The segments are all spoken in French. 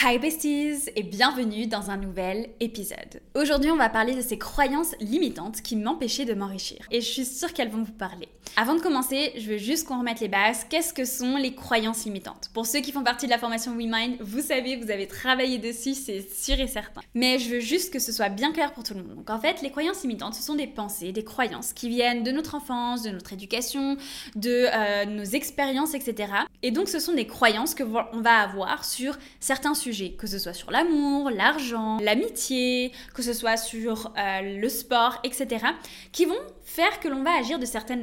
Hi besties et bienvenue dans un nouvel épisode. Aujourd'hui on va parler de ces croyances limitantes qui m'empêchaient de m'enrichir et je suis sûre qu'elles vont vous parler. Avant de commencer, je veux juste qu'on remette les bases. Qu'est-ce que sont les croyances limitantes? Pour ceux qui font partie de la formation WeMind, vous savez, vous avez travaillé dessus, c'est sûr et certain. Mais je veux juste que ce soit bien clair pour tout le monde. Donc en fait, les croyances limitantes, ce sont des pensées, des croyances qui viennent de notre enfance, de notre éducation, de nos expériences, etc. Et donc ce sont des croyances que on va avoir sur certains sujets, que ce soit sur l'amour, l'argent, l'amitié, que ce soit sur le sport, etc., qui vont faire que l'on va agir d'une certaine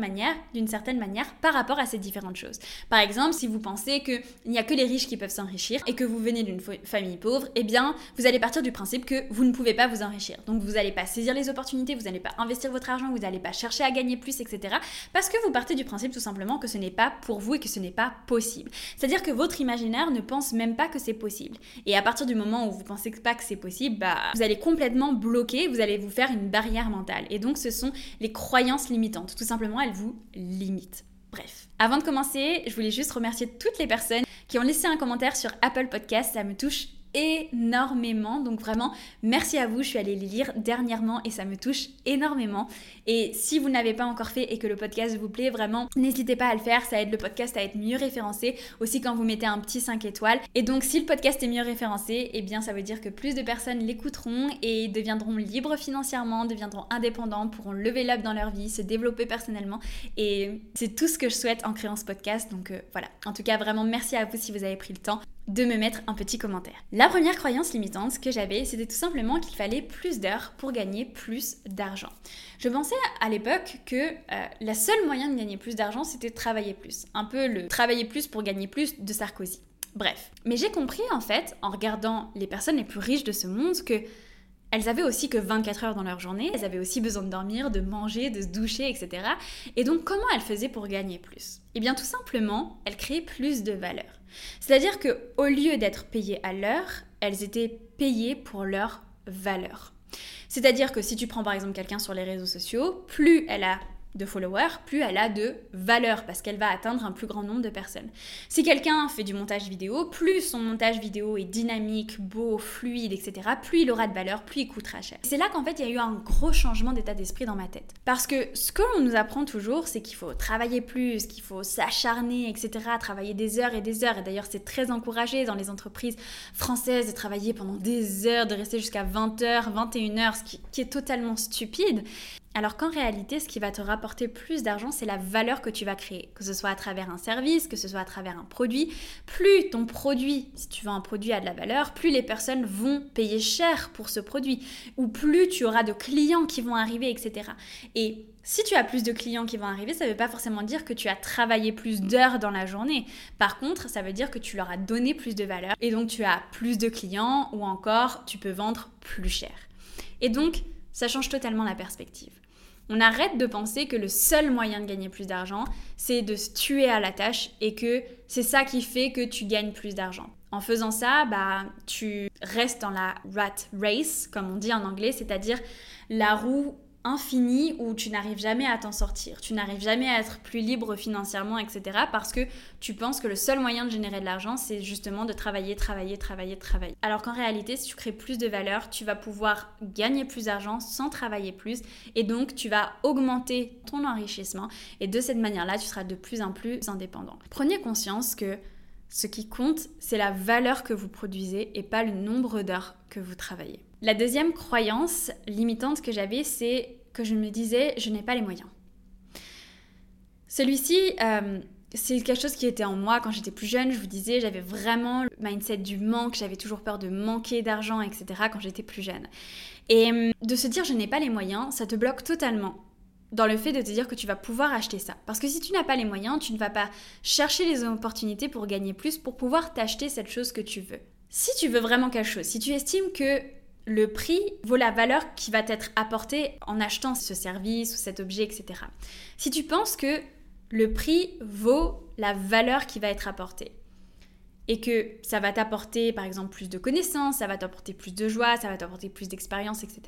manière par rapport à ces différentes choses. Par exemple, si vous pensez qu'il n'y a que les riches qui peuvent s'enrichir et que vous venez d'une famille pauvre, eh bien, vous allez partir du principe que vous ne pouvez pas vous enrichir. Donc, vous n'allez pas saisir les opportunités, vous n'allez pas investir votre argent, vous n'allez pas chercher à gagner plus, etc. Parce que vous partez du principe tout simplement que ce n'est pas pour vous et que ce n'est pas possible. C'est-à-dire que votre imaginaire ne pense même pas que c'est possible. Et à partir du moment où vous pensez pas que c'est possible, vous allez complètement bloquer, vous allez vous faire une barrière mentale. Et donc, ce sont les croyances limitantes. Tout simplement, elles vous limitent. Bref. Avant de commencer, je voulais juste remercier toutes les personnes qui ont laissé un commentaire sur Apple Podcast. Ça me touche énormément, donc vraiment merci à vous. Je suis allée les lire dernièrement et ça me touche énormément. Et si vous n'avez pas encore fait et que le podcast vous plaît, vraiment n'hésitez pas à le faire, ça aide le podcast à être mieux référencé, aussi quand vous mettez un petit 5 étoiles. Et donc si le podcast est mieux référencé, eh bien ça veut dire que plus de personnes l'écouteront et deviendront libres financièrement, deviendront indépendants, pourront lever up dans leur vie, se développer personnellement, et c'est tout ce que je souhaite en créant ce podcast. Donc voilà, en tout cas vraiment merci à vous si vous avez pris le temps de me mettre un petit commentaire. La première croyance limitante que j'avais, c'était tout simplement qu'il fallait plus d'heures pour gagner plus d'argent. Je pensais à l'époque que la seule moyen de gagner plus d'argent, c'était de travailler plus. Un peu le travailler plus pour gagner plus de Sarkozy. Bref. Mais j'ai compris en fait, en regardant les personnes les plus riches de ce monde, que elles avaient aussi que 24 heures dans leur journée, elles avaient aussi besoin de dormir, de manger, de se doucher, etc. Et donc comment elles faisaient pour gagner plus? Eh bien tout simplement, elles créaient plus de valeur. C'est-à-dire qu'au lieu d'être payées à l'heure, elles étaient payées pour leur valeur. C'est-à-dire que si tu prends par exemple quelqu'un sur les réseaux sociaux, plus elle a de followers, plus elle a de valeur parce qu'elle va atteindre un plus grand nombre de personnes. Si quelqu'un fait du montage vidéo, plus son montage vidéo est dynamique, beau, fluide, etc., plus il aura de valeur, plus il coûtera cher. C'est là qu'en fait il y a eu un gros changement d'état d'esprit dans ma tête. Parce que ce que l'on nous apprend toujours, c'est qu'il faut travailler plus, qu'il faut s'acharner, etc., travailler des heures et des heures. Et d'ailleurs c'est très encouragé dans les entreprises françaises de travailler pendant des heures, de rester jusqu'à 20h, 21h, ce qui est totalement stupide. Alors qu'en réalité, ce qui va te rapporter plus d'argent, c'est la valeur que tu vas créer. Que ce soit à travers un service, que ce soit à travers un produit. Plus ton produit, si tu vends un produit, a de la valeur, plus les personnes vont payer cher pour ce produit. Ou plus tu auras de clients qui vont arriver, etc. Et si tu as plus de clients qui vont arriver, ça ne veut pas forcément dire que tu as travaillé plus d'heures dans la journée. Par contre, ça veut dire que tu leur as donné plus de valeur. Et donc, tu as plus de clients ou encore, tu peux vendre plus cher. Et donc, ça change totalement la perspective. On arrête de penser que le seul moyen de gagner plus d'argent, c'est de se tuer à la tâche et que c'est ça qui fait que tu gagnes plus d'argent. En faisant ça, tu restes dans la rat race, comme on dit en anglais, c'est-à-dire la roue infinie où tu n'arrives jamais à t'en sortir. Tu n'arrives jamais à être plus libre financièrement, etc. parce que tu penses que le seul moyen de générer de l'argent, c'est justement de travailler. Alors qu'en réalité, si tu crées plus de valeur, tu vas pouvoir gagner plus d'argent sans travailler plus et donc tu vas augmenter ton enrichissement et de cette manière-là, tu seras de plus en plus indépendant. Prenez conscience que ce qui compte, c'est la valeur que vous produisez et pas le nombre d'heures que vous travaillez. La deuxième croyance limitante que j'avais, c'est que je me disais « je n'ai pas les moyens ». Celui-ci, c'est quelque chose qui était en moi quand j'étais plus jeune. Je vous disais, j'avais vraiment le mindset du manque, j'avais toujours peur de manquer d'argent, etc. quand j'étais plus jeune. Et de se dire « je n'ai pas les moyens », ça te bloque totalement dans le fait de te dire que tu vas pouvoir acheter ça. Parce que si tu n'as pas les moyens, tu ne vas pas chercher les opportunités pour gagner plus, pour pouvoir t'acheter cette chose que tu veux. Si tu veux vraiment quelque chose, si tu estimes que le prix vaut la valeur qui va t'être apportée en achetant ce service ou cet objet, etc. Si tu penses que le prix vaut la valeur qui va être apportée et que ça va t'apporter par exemple plus de connaissances, ça va t'apporter plus de joie, ça va t'apporter plus d'expérience, etc.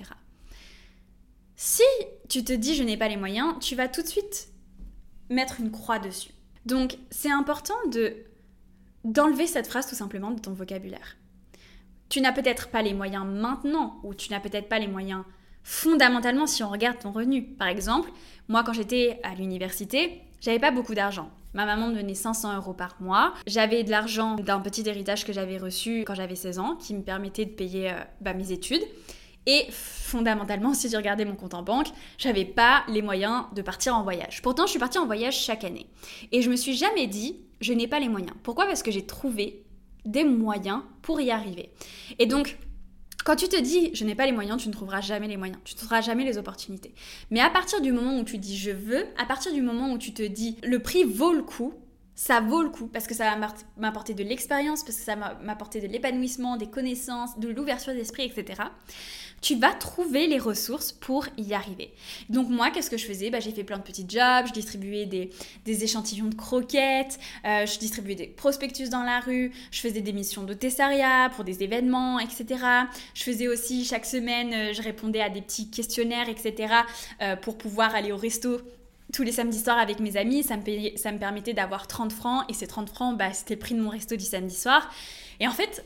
Si tu te dis je n'ai pas les moyens, tu vas tout de suite mettre une croix dessus. Donc c'est important d'enlever cette phrase tout simplement de ton vocabulaire. Tu n'as peut-être pas les moyens maintenant, ou tu n'as peut-être pas les moyens fondamentalement si on regarde ton revenu. Par exemple, moi quand j'étais à l'université, j'avais pas beaucoup d'argent. Ma maman me donnait 500 € par mois. J'avais de l'argent d'un petit héritage que j'avais reçu quand j'avais 16 ans, qui me permettait de payer mes études. Et fondamentalement, si je regardais mon compte en banque, j'avais pas les moyens de partir en voyage. Pourtant, je suis partie en voyage chaque année. Et je me suis jamais dit, je n'ai pas les moyens. Pourquoi ? Parce que j'ai trouvé des moyens pour y arriver. Et donc, quand tu te dis je n'ai pas les moyens, tu ne trouveras jamais les moyens, tu ne trouveras jamais les opportunités. Mais à partir du moment où tu dis je veux, à partir du moment où tu te dis le prix vaut le coup, ça vaut le coup parce que ça va m'apporter de l'expérience, parce que ça va m'apporter de l'épanouissement, des connaissances, de l'ouverture d'esprit, etc. Tu vas trouver les ressources pour y arriver. Donc moi, qu'est-ce que je faisais ? J'ai fait plein de petits jobs, je distribuais des échantillons de croquettes, je distribuais des prospectus dans la rue, je faisais des missions de thessariat pour des événements, etc. Je faisais aussi, chaque semaine, je répondais à des petits questionnaires, etc. Pour pouvoir aller au resto tous les samedis soirs avec mes amis. Ça me permettait d'avoir 30 francs, et ces 30 francs, c'était le prix de mon resto du samedi soir. Et en fait,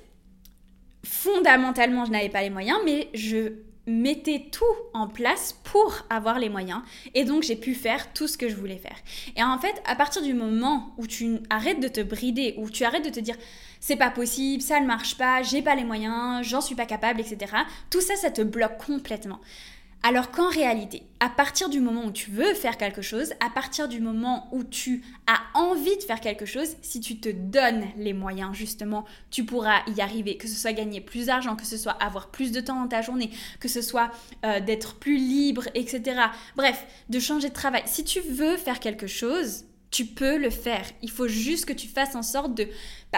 fondamentalement, je n'avais pas les moyens, mais je mettais tout en place pour avoir les moyens. Et donc, j'ai pu faire tout ce que je voulais faire. Et en fait, à partir du moment où tu arrêtes de te brider, où tu arrêtes de te dire « c'est pas possible, ça ne marche pas, j'ai pas les moyens, j'en suis pas capable, etc. » Tout ça, ça te bloque complètement. Alors qu'en réalité, à partir du moment où tu veux faire quelque chose, à partir du moment où tu as envie de faire quelque chose, si tu te donnes les moyens justement, tu pourras y arriver, que ce soit gagner plus d'argent, que ce soit avoir plus de temps dans ta journée, que ce soit d'être plus libre, etc. Bref, de changer de travail. Si tu veux faire quelque chose, tu peux le faire. Il faut juste que tu fasses en sorte de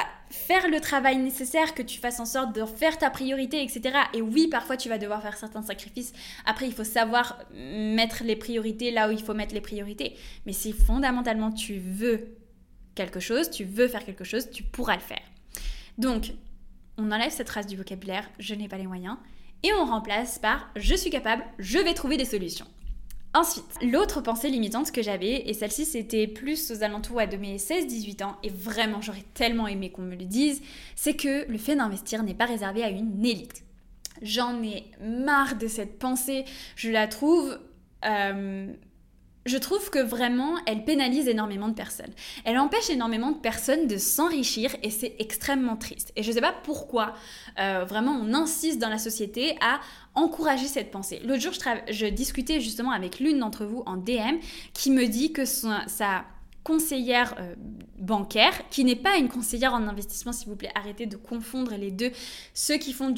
faire le travail nécessaire, que tu fasses en sorte de faire ta priorité, etc. Et oui, parfois, tu vas devoir faire certains sacrifices. Après, il faut savoir mettre les priorités là où il faut mettre les priorités. Mais si fondamentalement, tu veux quelque chose, tu veux faire quelque chose, tu pourras le faire. Donc, on enlève cette phrase du vocabulaire « je n'ai pas les moyens » et on remplace par « je suis capable, je vais trouver des solutions ». Ensuite, l'autre pensée limitante que j'avais, et celle-ci c'était plus aux alentours de mes 16-18 ans, et vraiment j'aurais tellement aimé qu'on me le dise, c'est que le fait d'investir n'est pas réservé à une élite. J'en ai marre de cette pensée, je trouve que vraiment, elle pénalise énormément de personnes. Elle empêche énormément de personnes de s'enrichir et c'est extrêmement triste. Et je ne sais pas pourquoi, vraiment, on insiste dans la société à encourager cette pensée. L'autre jour, je discutais justement avec l'une d'entre vous en DM qui me dit que sa conseillère bancaire, qui n'est pas une conseillère en investissement, s'il vous plaît, arrêtez de confondre les deux, ceux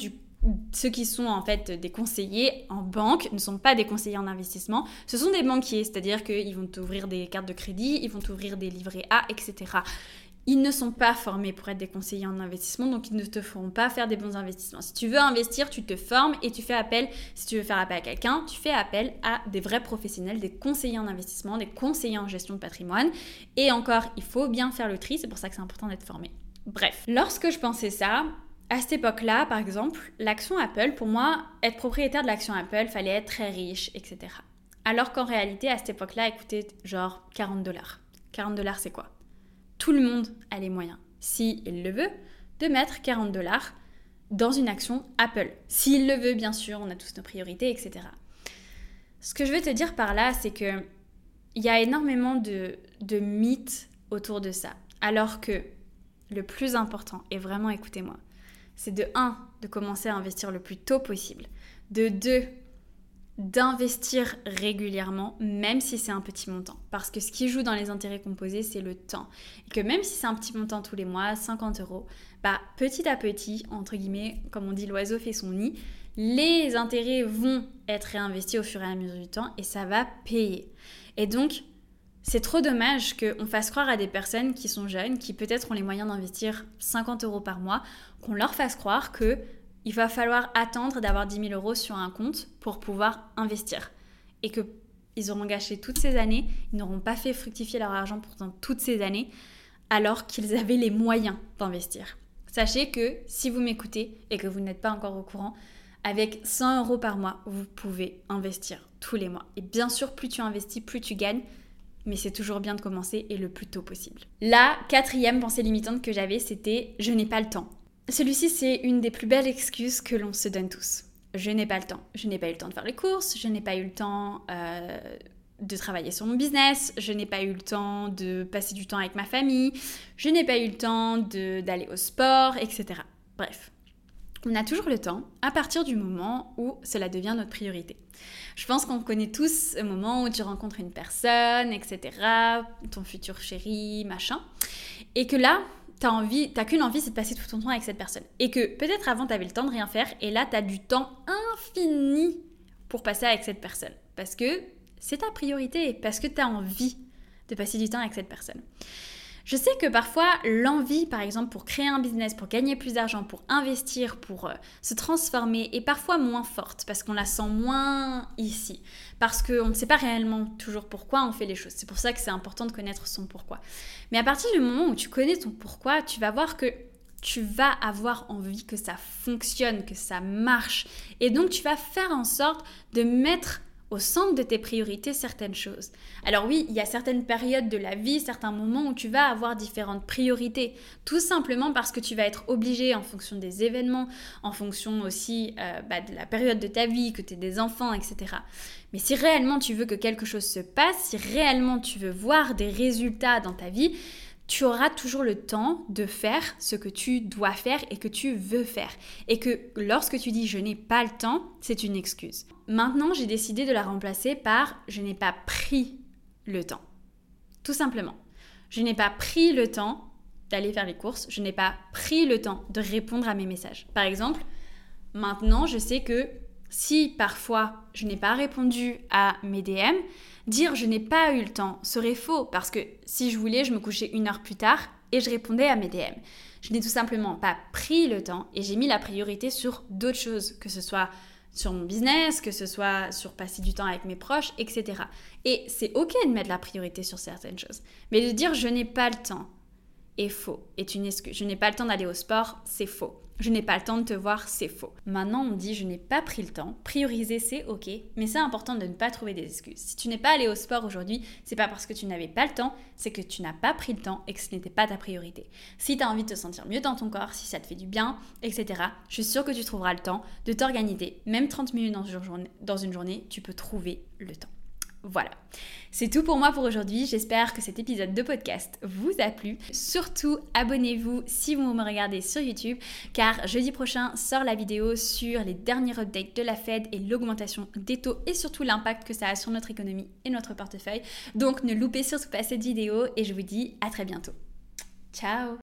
qui sont en fait des conseillers en banque ne sont pas des conseillers en investissement, ce sont des banquiers, c'est-à-dire qu'ils vont t'ouvrir des cartes de crédit, ils vont t'ouvrir des livrets A, etc. Ils ne sont pas formés pour être des conseillers en investissement, donc ils ne te feront pas faire des bons investissements. Si tu veux investir, tu te formes et tu fais appel, si tu veux faire appel à quelqu'un, tu fais appel à des vrais professionnels, des conseillers en investissement, des conseillers en gestion de patrimoine. Et encore, il faut bien faire le tri, c'est pour ça que c'est important d'être formé. Bref, lorsque je pensais ça, à cette époque-là, par exemple, l'action Apple, pour moi, être propriétaire de l'action Apple, fallait être très riche, etc. Alors qu'en réalité, à cette époque-là, elle coûtait genre $40. $40, c'est quoi ? Tout le monde a les moyens, s'il le veut, de mettre $40 dans une action Apple. S'il le veut, bien sûr, on a tous nos priorités, etc. Ce que je veux te dire par là, c'est qu'il y a énormément de mythes autour de ça. Alors que le plus important, et vraiment écoutez-moi, c'est de 1, de commencer à investir le plus tôt possible, de 2, d'investir régulièrement, même si c'est un petit montant. Parce que ce qui joue dans les intérêts composés, c'est le temps. Et que même si c'est un petit montant tous les mois, 50 €, petit à petit, entre guillemets, comme on dit, l'oiseau fait son nid, les intérêts vont être réinvestis au fur et à mesure du temps et ça va payer. Et donc, c'est trop dommage qu'on fasse croire à des personnes qui sont jeunes, qui peut-être ont les moyens d'investir 50 € par mois, qu'on leur fasse croire qu'il va falloir attendre d'avoir 10 000 € sur un compte pour pouvoir investir. Et qu'ils auront gâché toutes ces années, ils n'auront pas fait fructifier leur argent pendant toutes ces années, alors qu'ils avaient les moyens d'investir. Sachez que si vous m'écoutez et que vous n'êtes pas encore au courant, avec 100 € par mois, vous pouvez investir tous les mois. Et bien sûr, plus tu investis, plus tu gagnes. Mais c'est toujours bien de commencer et le plus tôt possible. La 4e pensée limitante que j'avais, c'était « je n'ai pas le temps ». Celui-ci, c'est une des plus belles excuses que l'on se donne tous. Je n'ai pas le temps. Je n'ai pas eu le temps de faire les courses, je n'ai pas eu le temps de travailler sur mon business, je n'ai pas eu le temps de passer du temps avec ma famille, je n'ai pas eu le temps d'aller au sport, etc. Bref, on a toujours le temps à partir du moment où cela devient notre priorité. Je pense qu'on connaît tous ce moment où tu rencontres une personne, etc., ton futur chéri, machin, et que là, t'as qu'une envie, c'est de passer tout ton temps avec cette personne. Et que peut-être avant, t'avais le temps de rien faire, et là, t'as du temps infini pour passer avec cette personne. Parce que c'est ta priorité, parce que t'as envie de passer du temps avec cette personne. Je sais que parfois, l'envie, par exemple, pour créer un business, pour gagner plus d'argent, pour investir, pour se transformer, est parfois moins forte, parce qu'on la sent moins ici, parce qu'on ne sait pas réellement toujours pourquoi on fait les choses. C'est pour ça que c'est important de connaître son pourquoi. Mais à partir du moment où tu connais ton pourquoi, tu vas voir que tu vas avoir envie que ça fonctionne, que ça marche. Et donc, tu vas faire en sorte de mettre au centre de tes priorités certaines choses. Alors oui, il y a certaines périodes de la vie, certains moments où tu vas avoir différentes priorités, tout simplement parce que tu vas être obligé en fonction des événements, en fonction aussi de la période de ta vie, que tu aies des enfants, etc. Mais si réellement tu veux que quelque chose se passe, si réellement tu veux voir des résultats dans ta vie, tu auras toujours le temps de faire ce que tu dois faire et que tu veux faire. Et que lorsque tu dis « je n'ai pas le temps », c'est une excuse. Maintenant, j'ai décidé de la remplacer par « je n'ai pas pris le temps ». Tout simplement. Je n'ai pas pris le temps d'aller faire les courses. Je n'ai pas pris le temps de répondre à mes messages. Par exemple, maintenant, je sais que si parfois je n'ai pas répondu à mes DM, dire je n'ai pas eu le temps serait faux parce que si je voulais, je me couchais 1 heure plus tard et je répondais à mes DM. Je n'ai tout simplement pas pris le temps et j'ai mis la priorité sur d'autres choses, que ce soit sur mon business, que ce soit sur passer du temps avec mes proches, etc. Et c'est ok de mettre la priorité sur certaines choses, mais de dire je n'ai pas le temps est faux, est une excuse. Je n'ai pas le temps d'aller au sport, c'est faux. Je n'ai pas le temps de te voir, c'est faux. Maintenant, on dit je n'ai pas pris le temps. Prioriser, c'est ok, mais c'est important de ne pas trouver des excuses. Si tu n'es pas allé au sport aujourd'hui, c'est pas parce que tu n'avais pas le temps, c'est que tu n'as pas pris le temps et que ce n'était pas ta priorité. Si tu as envie de te sentir mieux dans ton corps, si ça te fait du bien, etc., je suis sûre que tu trouveras le temps de t'organiser. Même 30 minutes dans une journée, tu peux trouver le temps. Voilà, c'est tout pour moi pour aujourd'hui. J'espère que cet épisode de podcast vous a plu. Surtout, abonnez-vous si vous me regardez sur YouTube, car jeudi prochain sort la vidéo sur les derniers updates de la Fed et l'augmentation des taux et surtout l'impact que ça a sur notre économie et notre portefeuille. Donc ne loupez surtout pas cette vidéo et je vous dis à très bientôt. Ciao!